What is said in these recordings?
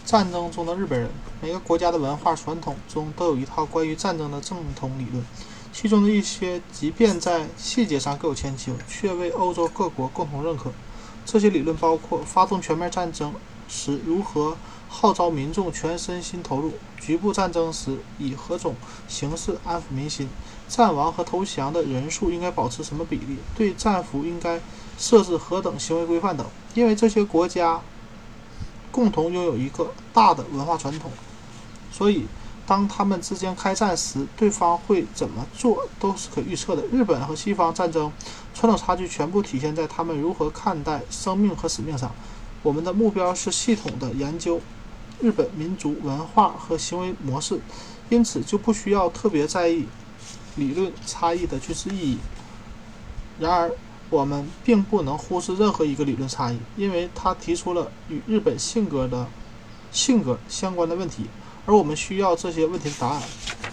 战争中的日本人。每个国家的文化传统中都有一套关于战争的正统理论，其中的一些即便在细节上各有千秋，却为欧洲各国共同认可。这些理论包括发动全面战争时如何号召民众全身心投入，局部战争时以何种形式安抚民心，战亡和投降的人数应该保持什么比例，对战俘应该设置何等行为规范等。因为这些国家共同拥有一个大的文化传统，所以当他们之间开战时，对方会怎么做都是可预测的。日本和西方战争传统差距全部体现在他们如何看待生命和使命上。我们的目标是系统的研究日本民族文化和行为模式，因此就不需要特别在意理论差异的军事意义。然而我们并不能忽视任何一个理论差异，因为它提出了与日本性格相关的问题，而我们需要这些问题的答案。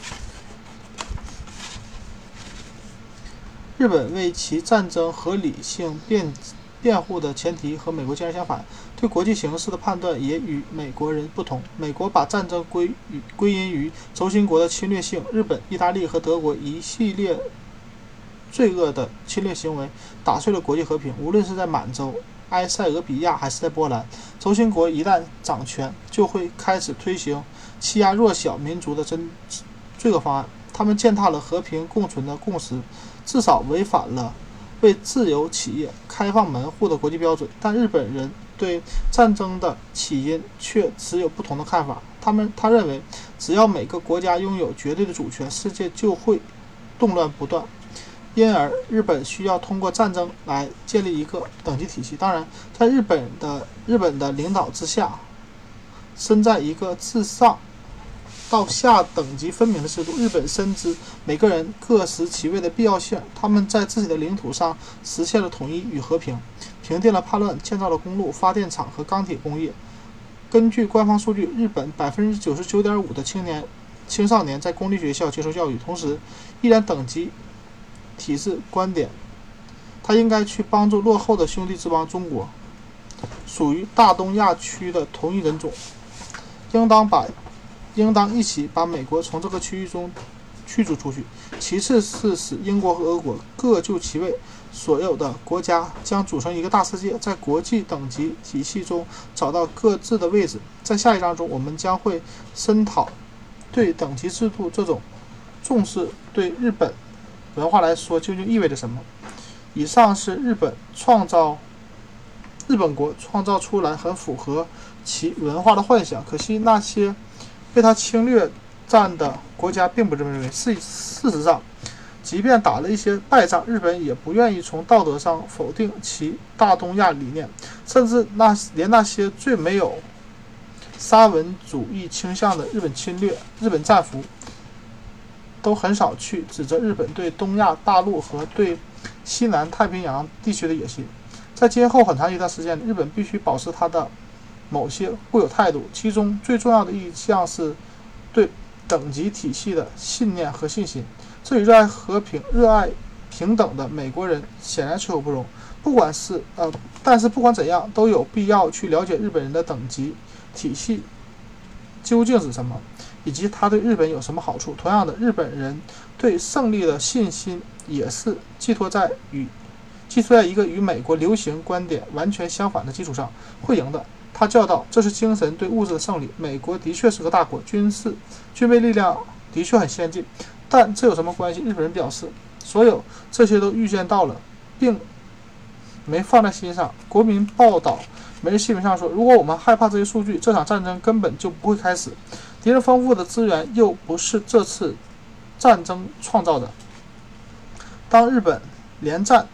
日本为其战争合理性辩护的前提和美国截然相反，对国际形势的判断也与美国人不同。美国把战争归因于轴心国的侵略性，日本、意大利和德国一系列罪恶的侵略行为打碎了国际和平。无论是在满洲、埃塞俄比亚还是在波兰，轴心国一旦掌权，就会开始推行欺压弱小民族的罪恶方案。他们践踏了和平共存的共识，至少违反了为自由企业开放门户的国际标准。但日本人对战争的起因却持有不同的看法。他认为，只要每个国家拥有绝对的主权，世界就会动乱不断。因而日本需要通过战争来建立一个等级体系。当然，在日本的领导之下，身在一个自上到下等级分明的制度。日本深知每个人各司其位的必要性，他们在自己的领土上实现了统一与和平，平定了叛乱，建造了公路、发电厂和钢铁工业。根据官方数据，日本 99.5% 的青少年在公立学校接受教育。同时，依然等级体制观点，他应该去帮助落后的兄弟之邦中国，属于大东亚区的同一人种，应当一起把美国从这个区域中驱逐出去。其次是使英国和俄国各就其位，所有的国家将组成一个大世界，在国际等级体系中找到各自的位置。在下一章中，我们将会深讨对等级制度这种重视对日本文化来说究竟意味着什么。以上是日本国创造出来很符合其文化的幻想，可惜那些被他侵略战的国家并不这么认为。事实上，即便打了一些败仗，日本也不愿意从道德上否定其大东亚理念，甚至连那些最没有沙文主义倾向的日本战俘都很少去指责日本对东亚大陆和对西南太平洋地区的野心。在今后很长一段时间里，日本必须保持它的某些固有态度，其中最重要的一项是对等级体系的信念和信心。这与热爱和平、热爱平等的美国人显然水火不容。但是不管怎样，都有必要去了解日本人的等级体系究竟是什么，以及它对日本有什么好处。同样的，日本人对胜利的信心也是寄托在一个与美国流行观点完全相反的基础上。会赢的，他教导，这是精神对物质的胜利。美国的确是个大国，军备力量的确很先进，但这有什么关系？日本人表示，所有这些都预见到了，并没放在心上。国民报道每日新闻上说，如果我们害怕这些数据，这场战争根本就不会开始。敌人丰富的资源又不是这次战争创造的。当日本连战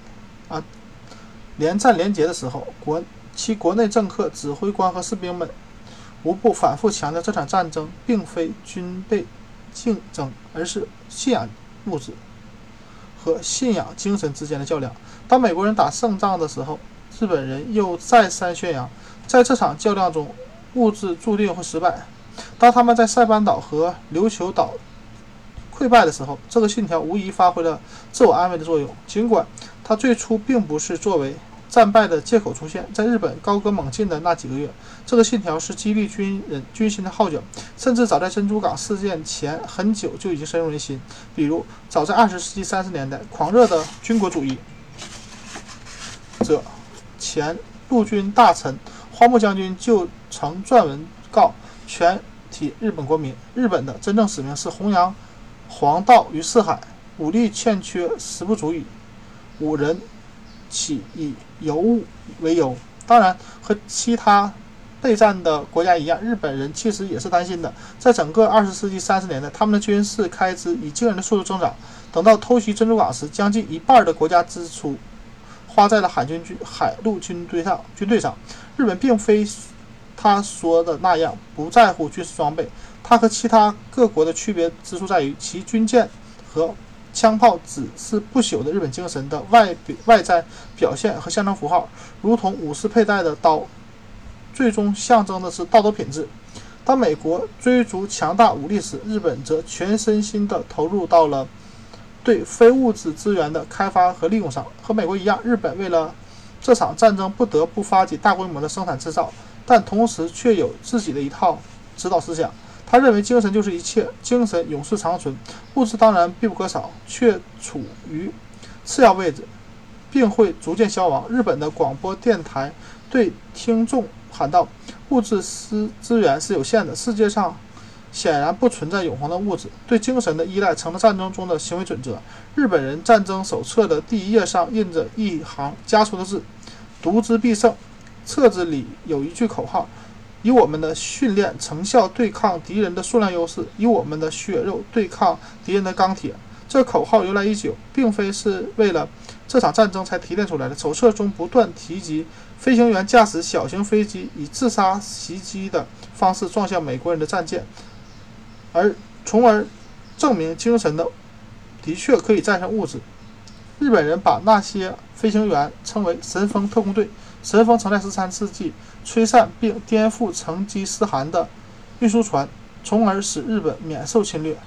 连捷的时候，其国内政客、指挥官和士兵们无不反复强调，这场战争并非军备竞争，而是信仰物质和信仰精神之间的较量。当美国人打胜仗的时候，日本人又再三宣扬，在这场较量中，物质注定会失败。当他们在塞班岛和琉球岛溃败的时候，这个信条无疑发挥了自我安慰的作用，尽管它最初并不是作为战败的借口出现。在日本高歌猛进的那几个月，这个信条是激励军心的号角，甚至早在珍珠港事件前很久就已经深入人心。比如，早在20世纪30年代，狂热的军国主义者前陆军大臣花木将军就曾撰文告全体日本国民，日本的真正使命是弘扬黄道于四海，武力欠缺，实不足以，吾人岂以尤物为忧。当然，和其他备战的国家一样，日本人其实也是担心的。在整个20世纪30年代，他们的军事开支以惊人的速度增长。等到偷袭珍珠港时，将近一半的国家支出花在了海陆军队上。日本并非他说的那样不在乎军事装备，它和其他各国的区别之处在于，其军舰和枪炮只是不朽的日本精神的外在表现和象征符号，如同武士佩戴的刀，最终象征的是道德品质。当美国追逐强大武力时，日本则全身心地投入到了对非物质资源的开发和利用上。和美国一样，日本为了这场战争不得不发起大规模的生产制造，但同时却有自己的一套指导思想。他认为精神就是一切，精神永世长存，物质当然必不可少，却处于次要位置，并会逐渐消亡。日本的广播电台对听众喊道：物质资源是有限的，世界上显然不存在永恒的物质，对精神的依赖成了战争中的行为准则。日本人战争手册的第一页上印着一行家书的字：独之必胜。册子里有一句口号：以我们的训练成效对抗敌人的数量优势，以我们的血肉对抗敌人的钢铁。这口号由来已久，并非是为了这场战争才提炼出来的。手册中不断提及飞行员驾驶小型飞机以自杀袭击的方式撞向美国人的战舰，从而证明精神的确可以战胜物质。日本人把那些飞行员称为神风特工队。神风曾在13世纪吹散并颠覆成吉思汗的运输船，从而使日本免受侵略。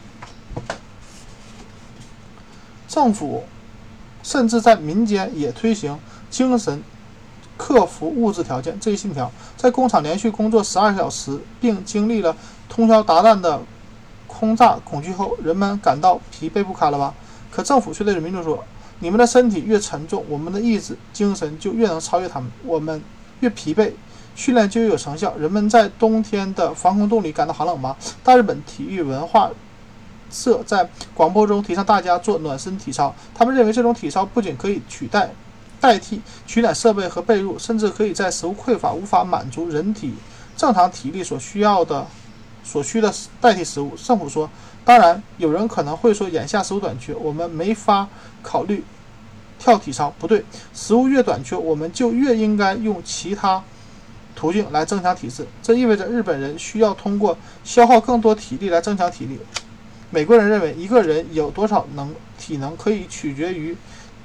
政府甚至在民间也推行精神克服物质条件这一信条。在工厂连续工作12小时并经历了通宵达旦的轰炸恐惧后，人们感到疲惫不堪了吧？可政府却对民众说：你们的身体越沉重，我们的意志精神就越能超越他们，我们越疲惫，训练就越有成效。人们在冬天的防空洞里感到寒冷吗？大日本体育文化社在广播中提倡大家做暖身体操，他们认为这种体操不仅可以代替取暖设备和被褥，甚至可以在食物匮乏无法满足人体正常体力所需的代替食物。政府说，当然有人可能会说，眼下食物短缺，我们没法考虑跳体操。不对，食物越短缺，我们就越应该用其他途径来增强体质。这意味着日本人需要通过消耗更多体力来增强体力。美国人认为，一个人有多少体能可以取决于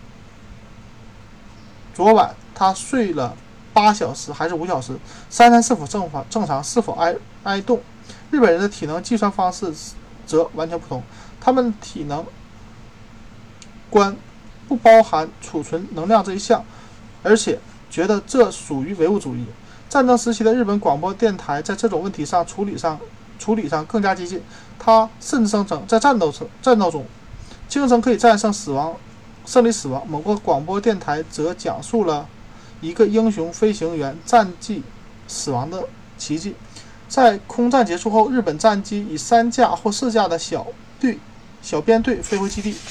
昨晚他睡了8小时还是5小时，三餐是否正常，是否挨冻。日本人的体能计算方式则完全不同，他们体能观不包含储存能量这一项，而且觉得这属于唯物主义。战争时期的日本广播电台在这种问题上处理上更加激进，他甚至声称，在战斗中，精神可以战胜胜利死亡。某个广播电台则讲述了一个英雄飞行员战绩死亡的奇迹。在空战结束后，日本战机以3架或4架的小编队飞回基地。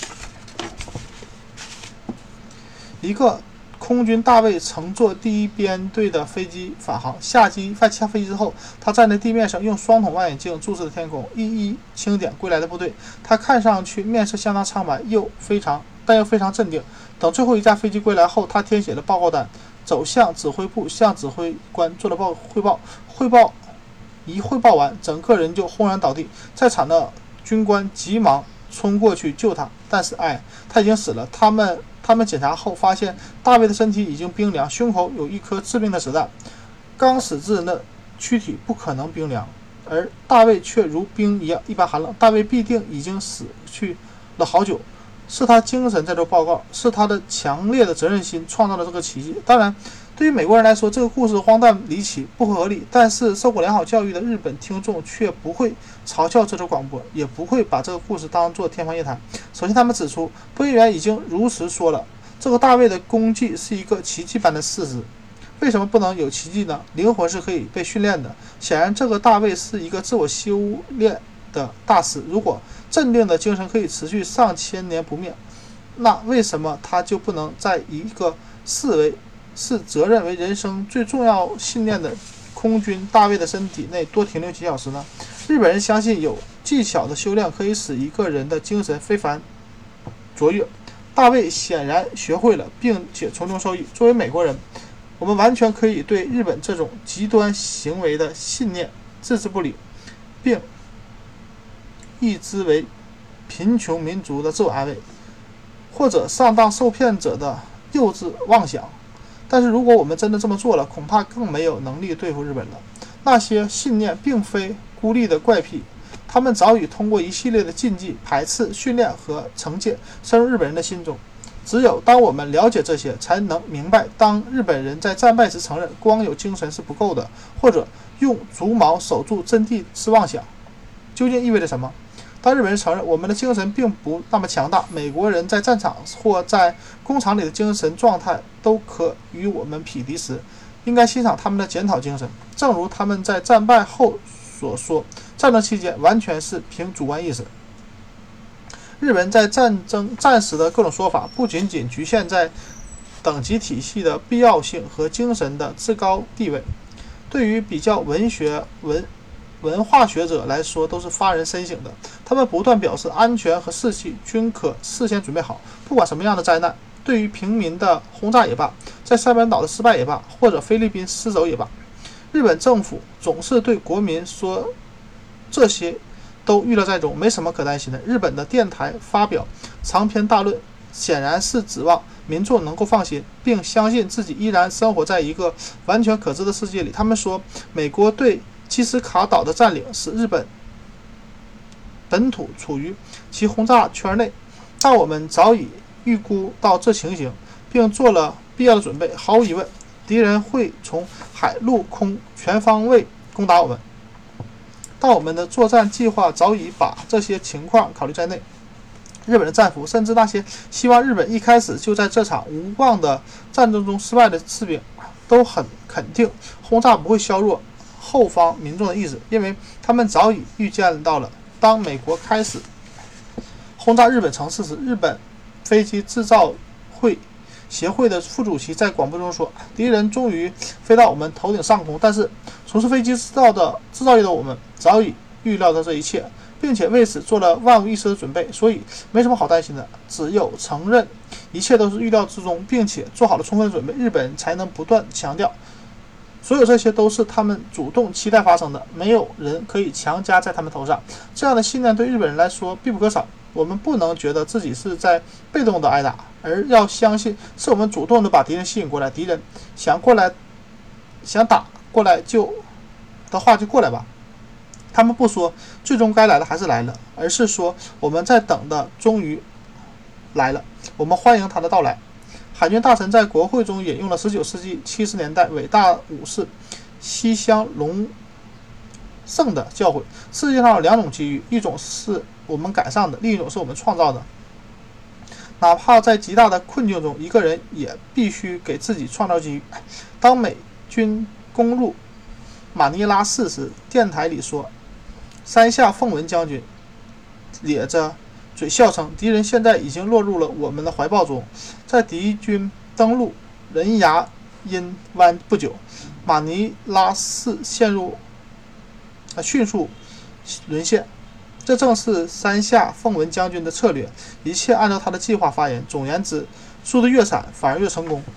一个空军大尉乘坐第一编队的飞机返航，下飞机之后，他站在地面上，用双筒望远镜注视着天空，一一清点归来的部队。他看上去面色相当苍白，但又非常镇定。等最后一架飞机归来后，他填写了报告单，走向指挥部，向指挥官做了汇报。一汇报完，整个人就轰然倒地。在场的军官急忙冲过去救他，但是他已经死了。他们检查后发现，大卫的身体已经冰凉，胸口有一颗致命的子弹。刚死之人的躯体不可能冰凉，而大卫却如冰一般寒冷。大卫必定已经死去了好久。 是他精神在做报告，是他的强烈的责任心创造了这个奇迹。当然，对于美国人来说，这个故事荒诞离奇，不合理，但是受过良好教育的日本听众却不会嘲笑这则广播，也不会把这个故事当作天方夜谭。首先，他们指出，播音员已经如实说了，这个大卫的功绩是一个奇迹般的事实。为什么不能有奇迹呢？灵魂是可以被训练的。显然，这个大卫是一个自我修炼的大师。如果镇定的精神可以持续上千年不灭，那为什么他就不能在一个视责任为人生最重要信念的空军大卫的身体内多停留几小时呢？日本人相信有技巧的修炼可以使一个人的精神非凡卓越。大卫显然学会了，并且从中受益。作为美国人，我们完全可以对日本这种极端行为的信念置之不理，并译之为贫穷民族的自我安慰，或者上当受骗者的幼稚妄想。但是如果我们真的这么做了，恐怕更没有能力对付日本了。那些信念并非孤立的怪癖，他们早已通过一系列的禁忌、排斥、训练和惩戒深入日本人的心中。只有当我们了解这些，才能明白，当日本人在战败时承认光有精神是不够的，或者用竹矛守住阵地是妄想，究竟意味着什么？当日本人承认我们的精神并不那么强大，美国人在战场或在工厂里的精神状态都可与我们匹敌时，应该欣赏他们的检讨精神。正如他们在战败后所说，战争期间完全是凭主观意识。日本在战时的各种说法，不仅仅局限在等级体系的必要性和精神的至高地位，对于比较文化学者来说都是发人深省的。他们不断表示，安全和士气均可事先准备好，不管什么样的灾难，对于平民的轰炸也罢，在塞班岛的失败也罢，或者菲律宾失守也罢，日本政府总是对国民说这些都预料在中，没什么可担心的。日本的电台发表长篇大论，显然是指望民众能够放心，并相信自己依然生活在一个完全可知的世界里。他们说，美国对基斯卡岛的占领使日本本土处于其轰炸圈内，但我们早已预估到这情形，并做了必要的准备。毫无疑问，敌人会从海陆空全方位攻打我们，但我们的作战计划早已把这些情况考虑在内。日本的战俘，甚至那些希望日本一开始就在这场无望的战争中失败的士兵，都很肯定轰炸不会削弱后方民众的意志，因为他们早已预见到了，当美国开始轰炸日本城市时，日本飞机制造协会的副主席在广播中说，敌人终于飞到我们头顶上空，但是从事飞机制造业的我们早已预料到这一切，并且为此做了万无一失的准备，所以没什么好担心的。只有承认一切都是预料之中，并且做好了充分的准备，日本人才能不断强调，所有这些都是他们主动期待发生的，没有人可以强加在他们头上。这样的信念对日本人来说必不可少。我们不能觉得自己是在被动的挨打，而要相信是我们主动的把敌人吸引过来。敌人想打过来的话就过来吧。他们不说最终该来的还是来了，而是说我们在等的终于来了，我们欢迎他的到来。海军大臣在国会中引用了19世纪70年代伟大武士西乡隆盛的教诲：世界上有两种机遇，一种是我们赶上的，另一种是我们创造的。哪怕在极大的困境中，一个人也必须给自己创造机遇。当美军攻入马尼拉市时，电台里说，山下奉文将军咧着嘴笑称，敌人现在已经落入了我们的怀抱中。在敌军登陆人牙因湾不久，马尼拉市迅速沦陷。这正是山下奉文将军的策略，一切按照他的计划发言。总言之，输得越惨，反而越成功。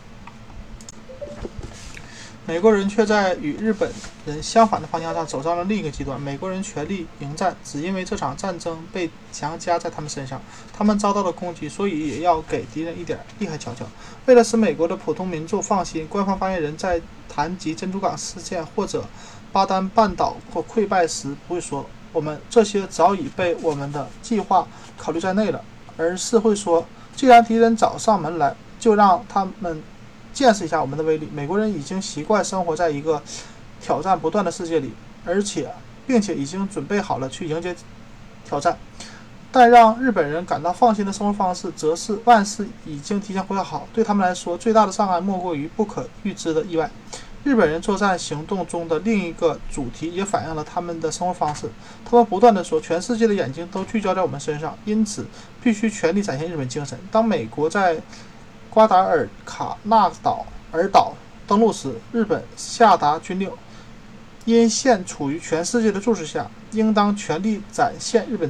美国人却在与日本人相反的方向上走上了另一个极端。美国人全力迎战，只因为这场战争被强加在他们身上，他们遭到了攻击，所以也要给敌人一点厉害瞧瞧。为了使美国的普通民众放心，官方发言人在谈及珍珠港事件或者巴丹半岛或溃败时不会说，我们这些早已被我们的计划考虑在内了。 而是会说，既然敌人找上门来，就让他们见识一下我们的威力。美国人已经习惯生活在一个挑战不断的世界里，并且已经准备好了去迎接挑战。但让日本人感到放心的生活方式，则是万事已经提前规划好。对他们来说，最大的障碍莫过于不可预知的意外。日本人作战行动中的另一个主题也反映了他们的生活方式。他们不断地说，全世界的眼睛都聚焦在我们身上，因此必须全力展现日本精神。当美国在瓜达尔卡纳尔岛登陆时，日本下达军令，因现处于全世界的注视下，应当全力展现日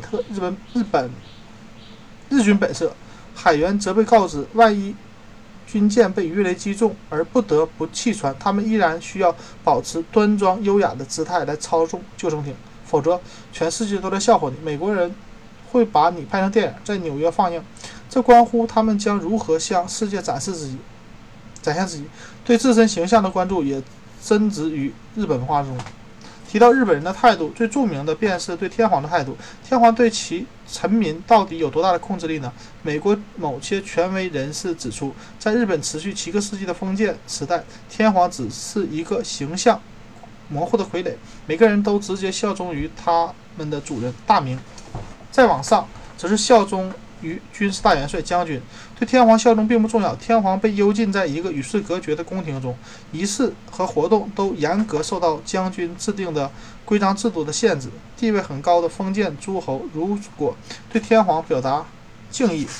军本色。海员则被告知，万一军舰被鱼雷击中而不得不弃船，他们依然需要保持端庄优雅的姿态来操纵救生艇，否则全世界都在笑话你。美国人会把你拍成电影，在纽约放映，这关乎他们将如何向世界展现自己。对自身形象的关注也深植于日本文化中。提到日本人的态度，最著名的便是对天皇的态度。天皇对其臣民到底有多大的控制力呢？美国某些权威人士指出，在日本持续7个世纪的封建时代，天皇只是一个形象模糊的傀儡，每个人都直接效忠于他们的主人大明。再往上，则是效忠于军事大元帅将军。对天皇效忠并不重要，天皇被幽禁在一个与世隔绝的宫廷中，仪式和活动都严格受到将军制定的规章制度的限制。地位很高的封建诸侯如果对天皇表达敬意，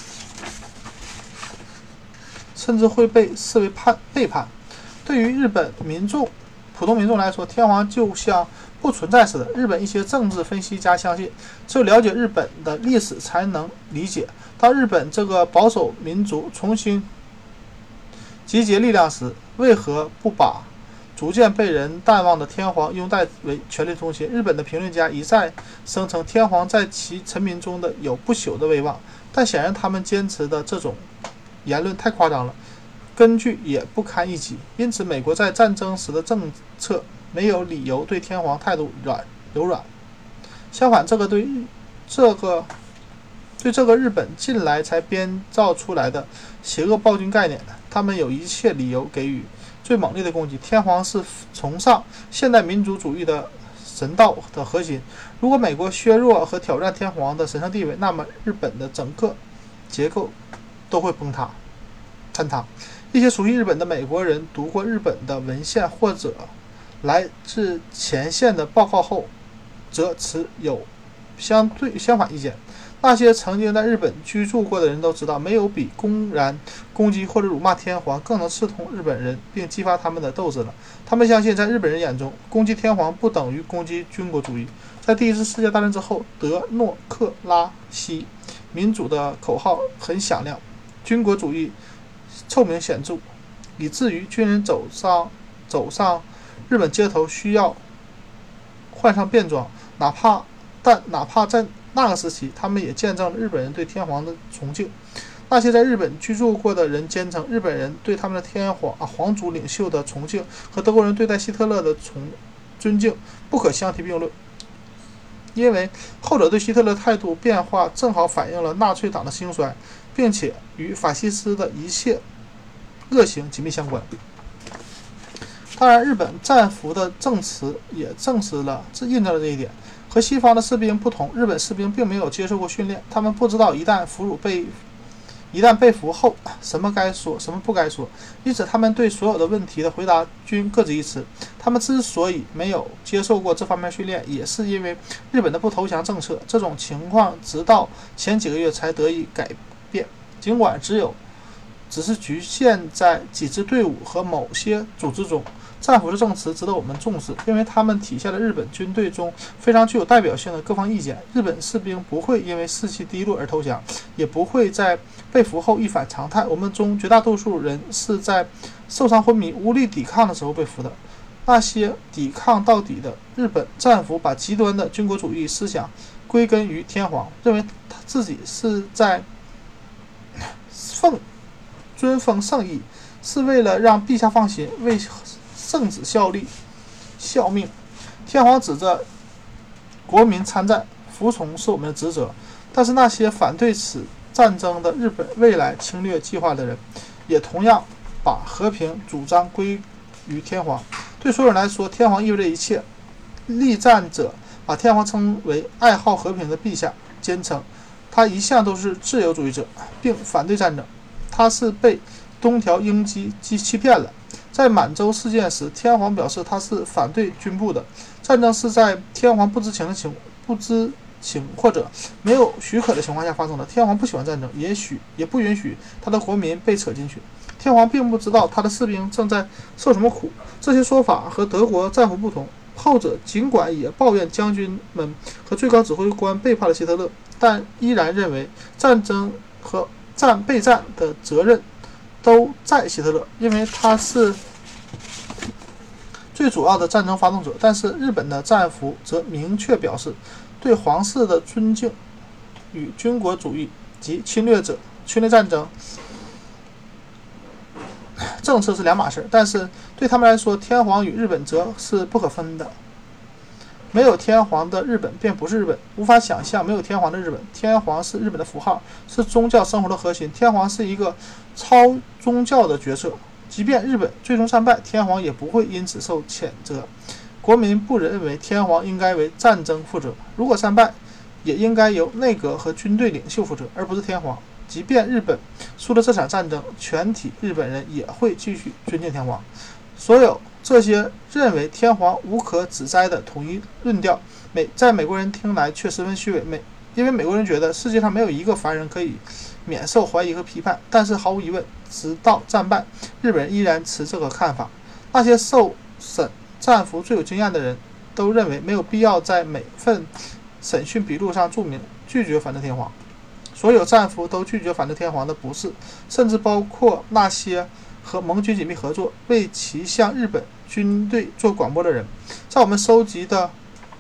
甚至会被视为背叛。对于日本普通民众来说，天皇就像不存在似的。日本一些政治分析家相信，只有了解日本的历史，才能理解，当日本这个保守民族重新集结力量时，为何不把逐渐被人淡忘的天皇拥戴为权力中心。日本的评论家一再声称，天皇在其臣民中的有不朽的威望，但显然他们坚持的这种言论太夸张了，根据也不堪一击。因此，美国在战争时的政策没有理由对天皇态度柔软。相反，对这个日本近来才编造出来的邪恶暴君概念，他们有一切理由给予最猛烈的攻击。天皇是崇尚现代民族主义的神道的核心。如果美国削弱和挑战天皇的神圣地位，那么日本的整个结构都会坍塌。一些熟悉日本的美国人读过日本的文献或者来自前线的报告后，则持有相反意见。那些曾经在日本居住过的人都知道，没有比公然攻击或者辱骂天皇更能刺痛日本人并激发他们的斗志了。他们相信，在日本人眼中，攻击天皇不等于攻击军国主义。在第一次世界大战之后，德诺克拉西民主的口号很响亮，军国主义臭名显著，以至于军人走上日本街头需要换上便装。哪怕在那个时期，他们也见证了日本人对天皇的崇敬。那些在日本居住过的人坚称，日本人对他们的皇族领袖的崇敬和德国人对待希特勒的尊敬不可相提并论，因为后者对希特勒态度变化正好反映了纳粹党的兴衰，并且与法西斯的一切恶行紧密相关。当然，日本战俘的证词也印证了这一点。和西方的士兵不同，日本士兵并没有接受过训练，他们不知道一旦被俘后什么该说，什么不该说，因此他们对所有的问题的回答均各执一词。他们之所以没有接受过这方面训练，也是因为日本的不投降政策。这种情况直到前几个月才得以改变，尽管只是局限在几支队伍和某些组织中。战俘的证词值得我们重视，因为他们体现了日本军队中非常具有代表性的各方意见。日本士兵不会因为士气低落而投降，也不会在被俘后一反常态。我们中绝大多数人是在受伤昏迷、无力抵抗的时候被俘的。那些抵抗到底的日本战俘把极端的军国主义思想归根于天皇，认为他自己是在尊奉圣意，是为了让陛下放心，为圣旨效命。天皇指着国民参战，服从是我们的职责。但是那些反对此战争的日本未来侵略计划的人，也同样把和平主张归于天皇。对所有人来说，天皇意味着一切。力战者把天皇称为爱好和平的陛下，坚称他一向都是自由主义者，并反对战争。他是被东条英机欺骗了。在满洲事件时，天皇表示他是反对军部的，战争是在天皇不知情或者没有许可的情况下发生的。天皇不喜欢战争，也不允许他的国民被扯进去。天皇并不知道他的士兵正在受什么苦。这些说法和德国战俘不同，后者尽管也抱怨将军们和最高指挥官背叛了希特勒，但依然认为战争和备战的责任都在希特勒，因为他是最主要的战争发动者。但是日本的战俘则明确表示，对皇室的尊敬与军国主义及侵略战争政策是两码事，但是对他们来说，天皇与日本则是不可分的。没有天皇的日本便不是日本，无法想象没有天皇的日本。天皇是日本的符号，是宗教生活的核心。天皇是一个超宗教的角色，即便日本最终战败，天皇也不会因此受谴责。国民不认为天皇应该为战争负责，如果战败，也应该由内阁和军队领袖负责，而不是天皇。即便日本输了这场战争，全体日本人也会继续尊敬天皇。所有这些认为天皇无可指摘的统一论调，在美国人听来却十分虚伪，因为美国人觉得世界上没有一个凡人可以免受怀疑和批判。但是毫无疑问，直到战败，日本人依然持这个看法。那些受审战俘最有经验的人都认为没有必要在每份审讯笔录上注明拒绝反对天皇。所有战俘都拒绝反对天皇的不是，甚至包括那些和盟军紧密合作，为其向日本军队做广播的人。在我们收集的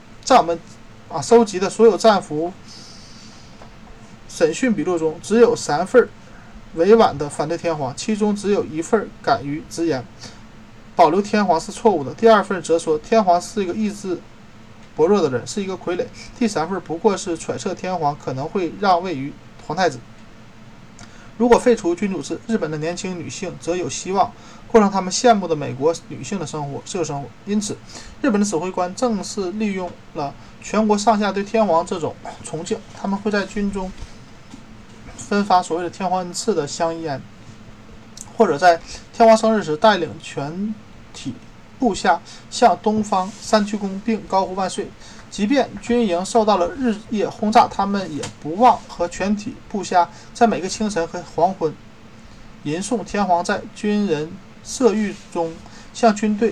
所有战俘审讯笔录中，只有3份委婉的反对天皇，其中只有1份敢于直言保留天皇是错误的，第2份则说天皇是一个意志薄弱的人，是一个傀儡，第3份不过是揣测天皇可能会让位于皇太子。如果废除君主制，日本的年轻女性则有希望过上他们羡慕的美国女性的自由生活。因此，日本的指挥官正是利用了全国上下对天皇这种崇敬，他们会在军中分发所谓的天皇恩赐的香烟，或者在天皇生日时带领全体部下向东方三鞠躬并高呼万岁。即便军营受到了日夜轰炸，他们也不忘和全体部下在每个清晨和黄昏吟诵天皇在军人射御中向军队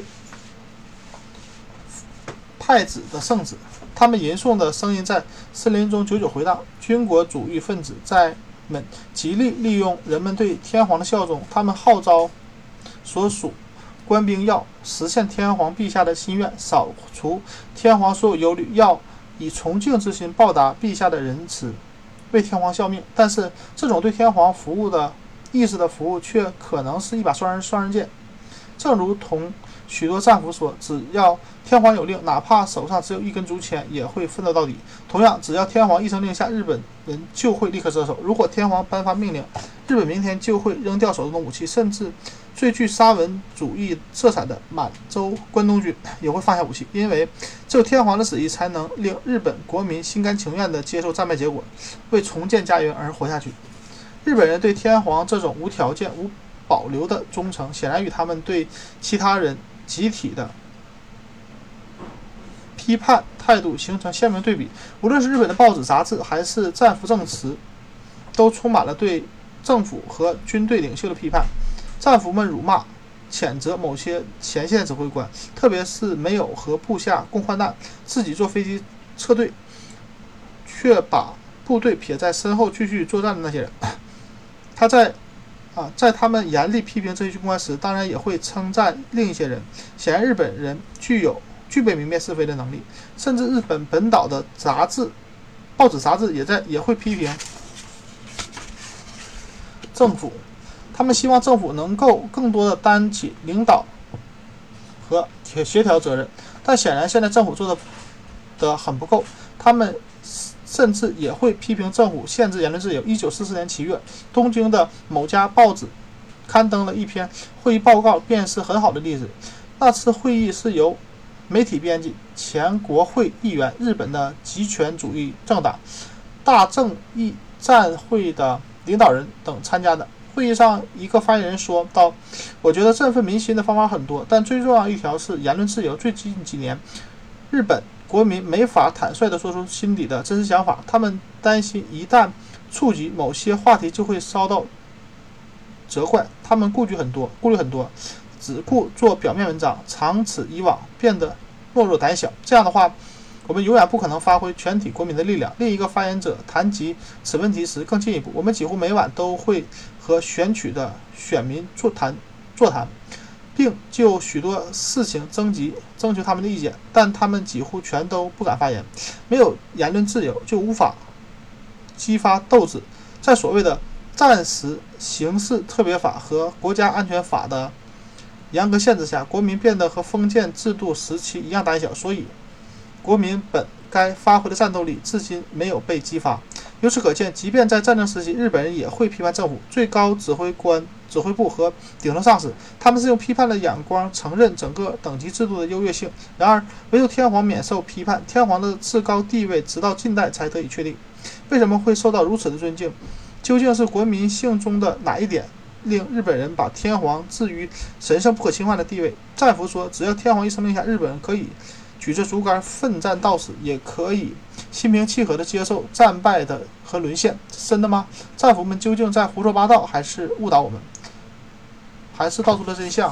太子的圣旨。他们吟诵的声音在森林中久久回荡。军国主义分子们极力利用人们对天皇的效忠，他们号召所属官兵要实现天皇陛下的心愿，扫除天皇所有忧虑，要以崇敬之心报答陛下的仁慈，为天皇效命。但是这种对天皇服务的意识的服务却可能是一把双刃剑。正如同许多战俘说，只要天皇有令，哪怕手上只有1根竹签也会奋斗到底。同样，只要天皇一声令下，日本人就会立刻折手。如果天皇颁发命令，日本明天就会扔掉手中的武器，甚至最具沙文主义色彩的满洲关东军也会放下武器，因为只有天皇的旨意才能令日本国民心甘情愿地接受战败结果，为重建家园而活下去。日本人对天皇这种无条件无保留的忠诚，显然与他们对其他人集体的批判态度形成鲜明对比。无论是日本的报纸杂志还是战俘证词，都充满了对政府和军队领袖的批判。战俘们辱骂谴责某些前线指挥官，特别是没有和部下共患难，自己坐飞机撤退，却把部队撇在身后继续作战的那些人。在他们严厉批评这些军官时，当然也会称赞另一些人。显然日本人具备明辨是非的能力，甚至日本本岛的报纸杂志也会批评政府。他们希望政府能够更多的担起领导和协调责任，但显然现在政府做的很不够。他们甚至也会批评政府限制言论自由。1944年7月，东京的某家报纸刊登了一篇会议报告，便是很好的例子。那次会议是由媒体编辑、前国会议员、日本的极权主义政党大正义战会的领导人等参加的。会议上，一个发言人说道：“我觉得振奋民心的方法很多，但最重要一条是言论自由。最近几年，日本国民没法坦率地说出心底的真实想法，他们担心一旦触及某些话题就会遭到责怪，他们顾虑很多，只顾做表面文章，长此以往变得懦弱胆小。这样的话，我们永远不可能发挥全体国民的力量。”另一个发言者谈及此问题时更进一步：“我们几乎每晚都会和选取的选民座谈，并就许多事情征求他们的意见，但他们几乎全都不敢发言。没有言论自由，就无法激发斗志。在所谓的暂时刑事特别法和国家安全法的严格限制下，国民变得和封建制度时期一样胆小，所以国民本该发挥的战斗力至今没有被激发。由此可见，即便在战争时期，日本人也会批判政府、最高指挥部和顶层上司，他们是用批判的眼光承认整个等级制度的优越性。然而，唯独天皇免受批判，天皇的至高地位直到近代才得以确定。为什么会受到如此的尊敬？究竟是国民性中的哪一点令日本人把天皇置于神圣不可侵犯的地位？战俘说，只要天皇一声令下，日本人可以举着竹竿奋战到死，也可以心平气和地接受战败的和沦陷。真的吗？战俘们究竟在胡说八道，还是误导我们，还是道出了真相？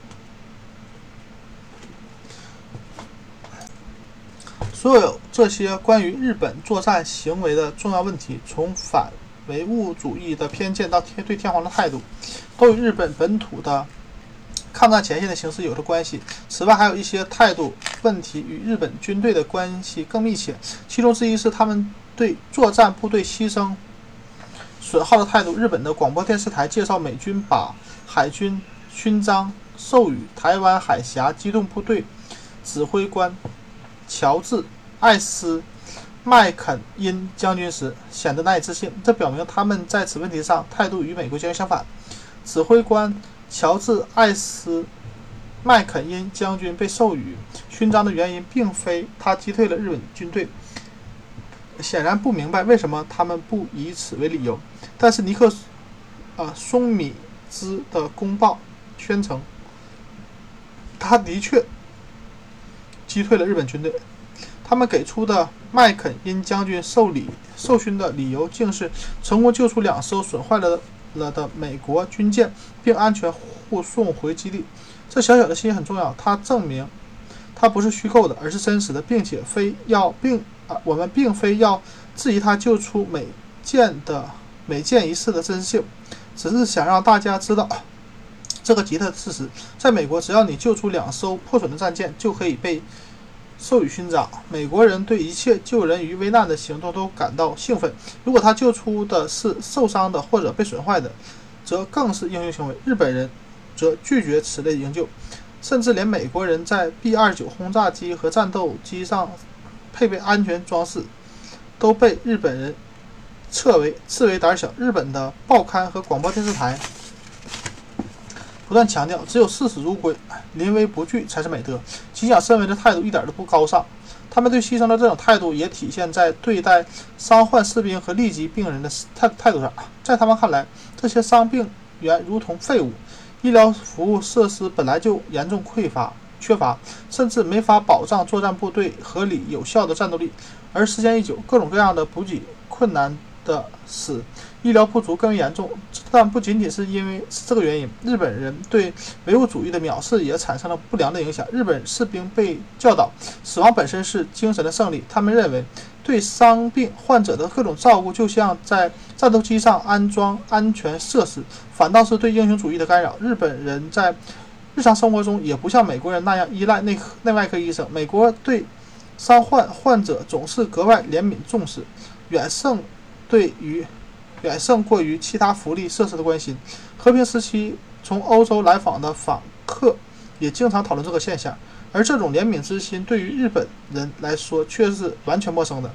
所有这些关于日本作战行为的重要问题，从反唯物主义的偏见到对天皇的态度，都与日本本土的抗战前线的形势有着关系。此外，还有一些态度问题与日本军队的关系更密切，其中之一是他们对作战部队牺牲损耗的态度。日本的广播电视台介绍，美军把海军勋章授予台湾海峡机动部队指挥官乔治·艾斯麦肯因将军时，显得难以置信。这表明他们在此问题上态度与美国将军相反。指挥官乔治·艾斯麦肯因将军被授予勋章的原因，并非他击退了日本军队，显然不明白为什么他们不以此为理由。但是尼克松米兹的公报宣称，他的确击退了日本军队。他们给出的麦肯因将军受勋的理由，竟是成功救出2艘损坏了的美国军舰，并安全护送回基地。这小小的信息很重要，它证明它不是虚构的，而是真实的，并且我们并非要质疑他救出美舰一事的真实性，只是想让大家知道这个奇特的事实。在美国，只要你救出2艘破损的战舰，就可以被授予勋章。美国人对一切救人于危难的行动都感到兴奋。如果他救出的是受伤的或者被损坏的，则更是英雄行为。日本人则拒绝此类营救，甚至连美国人在 B-29 轰炸机和战斗机上配备安全装饰都被日本人视为胆小。日本的报刊和广播电视台不断强调，只有视死如归、临危不惧才是美德。谨想慎微的态度一点都不高尚。他们对牺牲的这种态度也体现在对待伤患士兵和痢疾病人的态度上。在他们看来，这些伤病员如同废物，医疗服务设施本来就严重缺乏，甚至没法保障作战部队合理有效的战斗力。而时间一久，各种各样的补给困难的使医疗不足更为严重。但不仅仅是因为这个原因，日本人对唯物主义的藐视也产生了不良的影响。日本士兵被教导，死亡本身是精神的胜利。他们认为，对伤病患者的各种照顾，就像在战斗机上安装安全设施，反倒是对英雄主义的干扰。日本人在日常生活中也不像美国人那样依赖内外科医生。美国对伤患者总是格外怜悯重视，远胜过于其他福利设施的关心。和平时期从欧洲来访的访客也经常讨论这个现象，而这种怜悯之心对于日本人来说却是完全陌生的。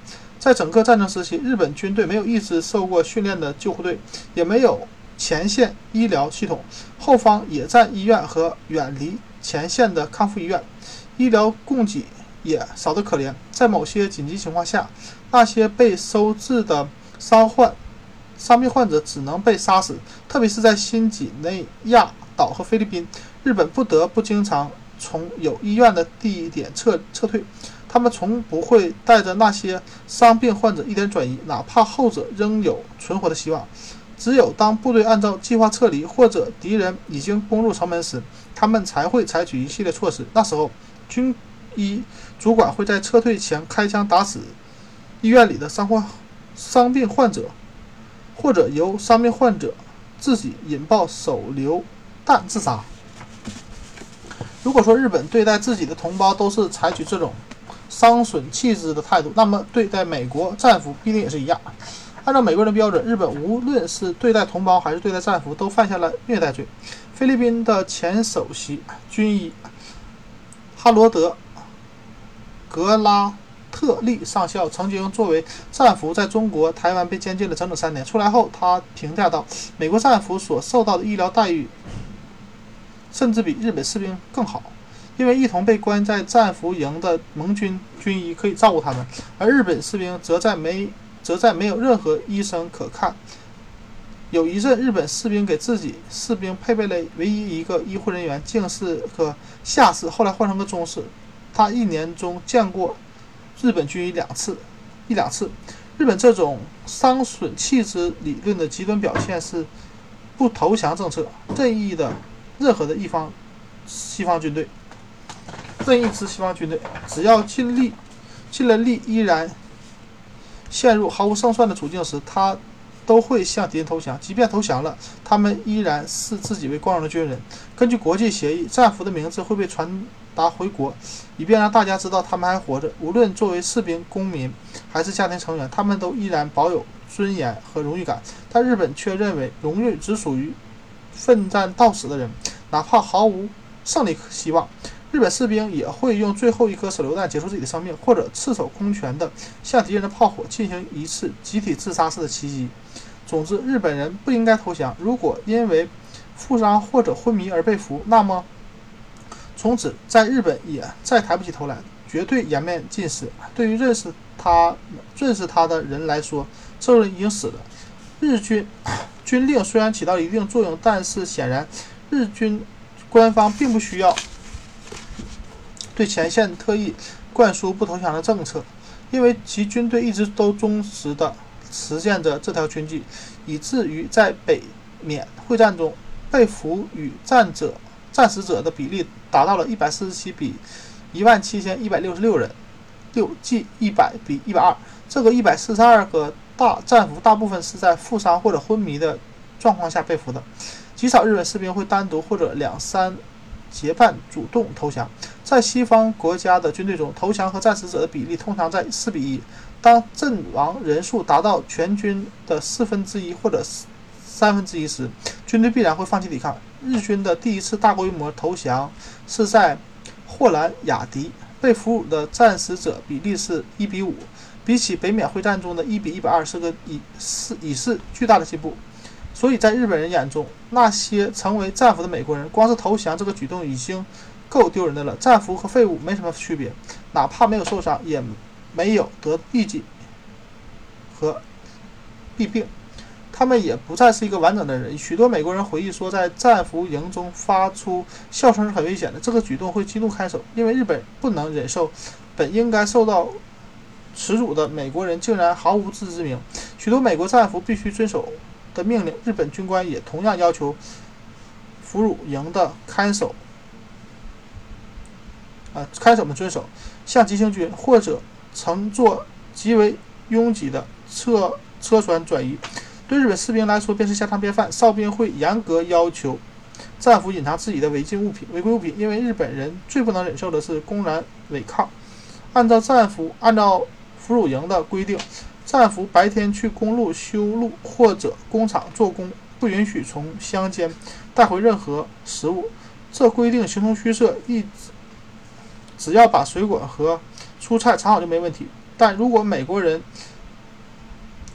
在整个战争时期，日本军队没有一支受过训练的救护队，也没有前线医疗系统，后方野战医院和远离前线的康复医院，医疗供给也少得可怜。在某些紧急情况下，那些被收治的伤病患者只能被杀死，特别是在新几内亚岛和菲律宾，日本不得不经常从有医院的地点撤退。他们从不会带着那些伤病患者一点转移，哪怕后者仍有存活的希望。只有当部队按照计划撤离，或者敌人已经攻入城门时，他们才会采取一系列措施。那时候，军医主管会在撤退前开枪打死医院里的伤病患者，或者由伤病患者自己引爆手榴弹自杀。如果说日本对待自己的同胞都是采取这种伤损弃之的态度，那么对待美国战俘必定也是一样。按照美国人的标准，日本无论是对待同胞还是对待战俘，都犯下了虐待罪。菲律宾的前首席军医哈罗德·格拉特利上校曾经作为战俘在中国台湾被监禁了整整3年。出来后，他评价道，美国战俘所受到的医疗待遇甚至比日本士兵更好，因为一同被关在战俘营的盟军军医可以照顾他们，而日本士兵则在没有任何医生可看。有一阵，日本士兵给自己士兵配备了唯一一个医护人员，竟是个下士，后来换成个中士。他1年中见过日本军医一两次。日本这种伤损弃之理论的极端表现是不投降政策，任意的任何的一方西方军队，任意之西方军队，只要尽了力依然陷入毫无胜算的处境时，他都会向敌人投降。即便投降了，他们依然视自己为光荣的军人。根据国际协议，战俘的名字会被传达回国，以便让大家知道他们还活着。无论作为士兵、公民还是家庭成员，他们都依然保有尊严和荣誉感。但日本却认为荣誉只属于奋战到死的人，哪怕毫无胜利希望，日本士兵也会用最后一颗手榴弹结束自己的生命，或者赤手空拳地向敌人的炮火进行一次集体自杀式的袭击。总之，日本人不应该投降。如果因为负伤或者昏迷而被俘，那么从此在日本也再抬不起头来，绝对颜面尽失。对于认识他的人来说，这人已经死了。日军军令虽然起到一定作用，但是显然日军官方并不需要对前线特意灌输不投降的政策，因为其军队一直都忠实地实践着这条军纪，以至于在北缅会战中，被俘与战死者的比例达到了147比17166人，即100比120。这个142个战俘大部分是在负伤或者昏迷的状况下被俘的，极少日本士兵会单独或者2-3结伴主动投降。在西方国家的军队中，投降和战死者的比例通常在4比1。当阵亡人数达到全军的1/4或者1/3时，军队必然会放弃抵抗。日军的第一次大规模投降是在霍兰雅迪，被俘虏的战死者比例是1比5，比起北缅会战中的1比120已是巨大的进步。所以在日本人眼中，那些成为战俘的美国人，光是投降这个举动已经够丢人的了。战俘和废物没什么区别，哪怕没有受伤，也没有得痢疾和弊病，他们也不再是一个完整的人。许多美国人回忆说，在战俘营中发出笑声是很危险的，这个举动会激怒看守，因为日本不能忍受本应该受到耻辱的美国人竟然毫无自知之明。许多美国战俘必须遵守的命令，日本军官也同样要求俘虏营的看守们遵守，向急行军或者乘坐极为拥挤的车船转移。对日本士兵来说便是家常便饭。哨兵会严格要求战俘隐藏自己的违规物品，因为日本人最不能忍受的是公然违抗。按照俘虏营的规定，战俘白天去公路修路或者工厂做工，不允许从乡间带回任何食物。这规定形同虚设，只要把水果和蔬菜藏好就没问题。但如果美国人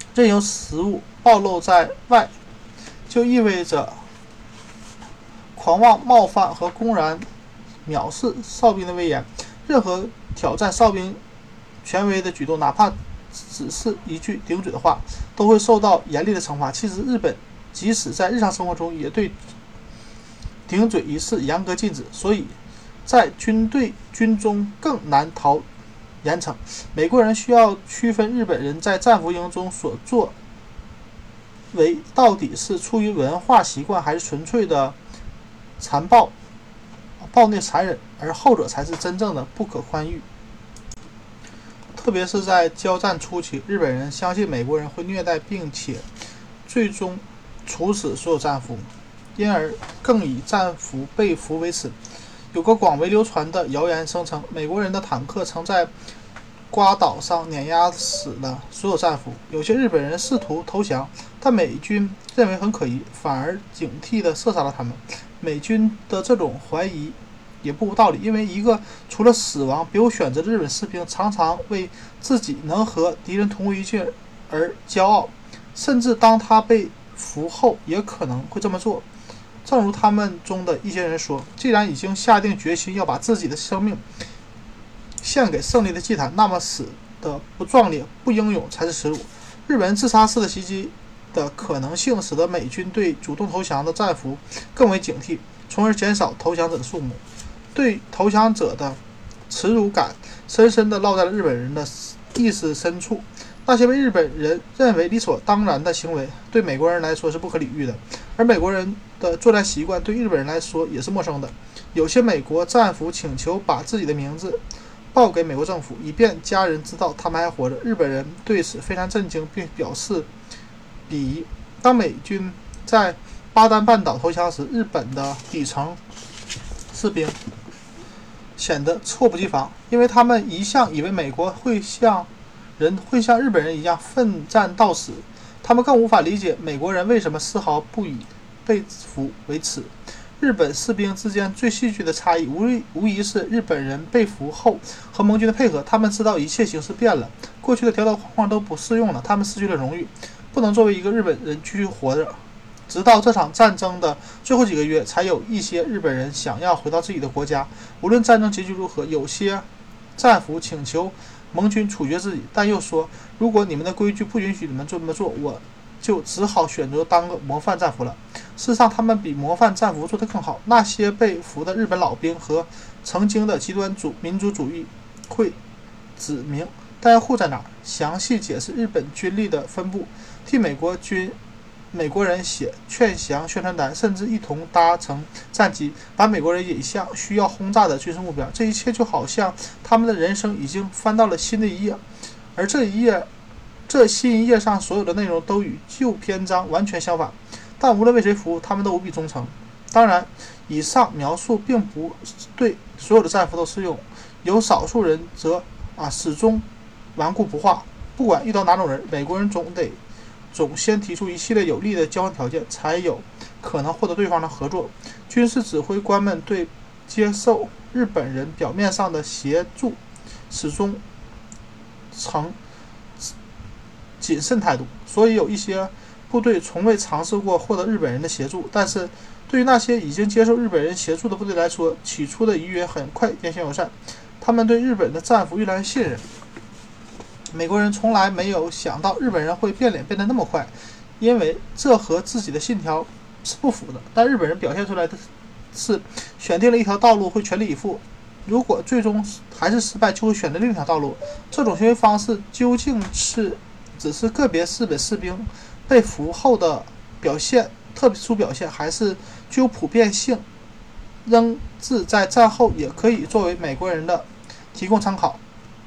任由食物暴露在外，就意味着狂妄冒犯和公然藐视哨兵的威严。任何挑战哨兵权威的举动，哪怕只是一句顶嘴的话，都会受到严厉的惩罚。其实日本即使在日常生活中也对顶嘴一事严格禁止，所以在军中更难逃严惩。美国人需要区分日本人在战俘营中所作为到底是出于文化习惯，还是纯粹的残暴、暴虐、残忍，而后者才是真正的不可宽裕。特别是在交战初期，日本人相信美国人会虐待并且最终处死所有战俘，因而更以战俘被俘为耻。有个广为流传的谣言声称，美国人的坦克曾在瓜岛上碾压死了所有战俘。有些日本人试图投降，但美军认为很可疑，反而警惕地射杀了他们。美军的这种怀疑也不无道理，因为一个除了死亡别无选择的日本士兵，常常为自己能和敌人同归于尽而骄傲，甚至当他被俘后也可能会这么做。正如他们中的一些人说，既然已经下定决心要把自己的生命献给胜利的祭坛，那么死的不壮烈不英勇才是耻辱。日本人自杀式的袭击的可能性使得美军对主动投降的战俘更为警惕，从而减少投降者的数目。对投降者的耻辱感深深地烙在了日本人的意识深处。那些被日本人认为理所当然的行为，对美国人来说是不可理喻的，而美国人的作战习惯对日本人来说也是陌生的。有些美国战俘请求把自己的名字报给美国政府，以便家人知道他们还活着。日本人对此非常震惊，并表示鄙夷。当美军在巴丹半岛投降时，日本的底层士兵显得猝不及防，因为他们一向以为美国会像日本人一样奋战到死。他们更无法理解美国人为什么丝毫不以被俘为耻。日本士兵之间最戏剧的差异无疑是日本人被俘后和盟军的配合。他们知道一切形势变了，过去的条条框框都不适用了，他们失去了荣誉，不能作为一个日本人继续活着。直到这场战争的最后几个月，才有一些日本人想要回到自己的国家。无论战争结局如何，有些战俘请求盟军处决自己，但又说，如果你们的规矩不允许你们这么做，我就只好选择当个模范战俘了。事实上，他们比模范战俘做得更好。那些被俘的日本老兵和曾经的极端民族主义会指明弹药库在哪儿，详细解释日本军力的分布，替美国人写劝降宣传单，甚至一同搭乘战机把美国人引向需要轰炸的军事目标。这一切就好像他们的人生已经翻到了新的一页，而这新一页上所有的内容都与旧篇章完全相反。但无论为谁服务，他们都无比忠诚。当然，以上描述并不对所有的战俘都适用，有少数人则始终顽固不化。不管遇到哪种人，美国人总先提出一系列有利的交换条件，才有可能获得对方的合作。军事指挥官们对接受日本人表面上的协助始终呈谨慎态度，所以有一些部队从未尝试过获得日本人的协助。但是对于那些已经接受日本人协助的部队来说，起初的愉悦很快变形友善，他们对日本的战俘越来越信任。美国人从来没有想到日本人会变脸变得那么快，因为这和自己的信条是不符的。但日本人表现出来的是选定了一条道路会全力以赴，如果最终还是失败，就会选择另一条道路。这种行为方式究竟是只是个别日本士兵被俘后的特殊表现，还是具有普遍性，仍自在战后也可以作为美国人的提供参考。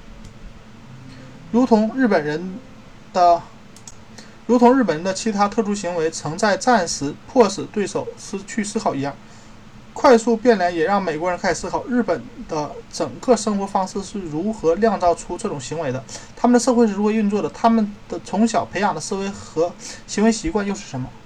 如同日本人的其他特殊行为曾在战时迫使对手失去思考一样，快速变脸也让美国人开始思考日本的整个生活方式是如何酿造出这种行为的，他们的社会是如何运作的，他们的从小培养的思维和行为习惯又是什么。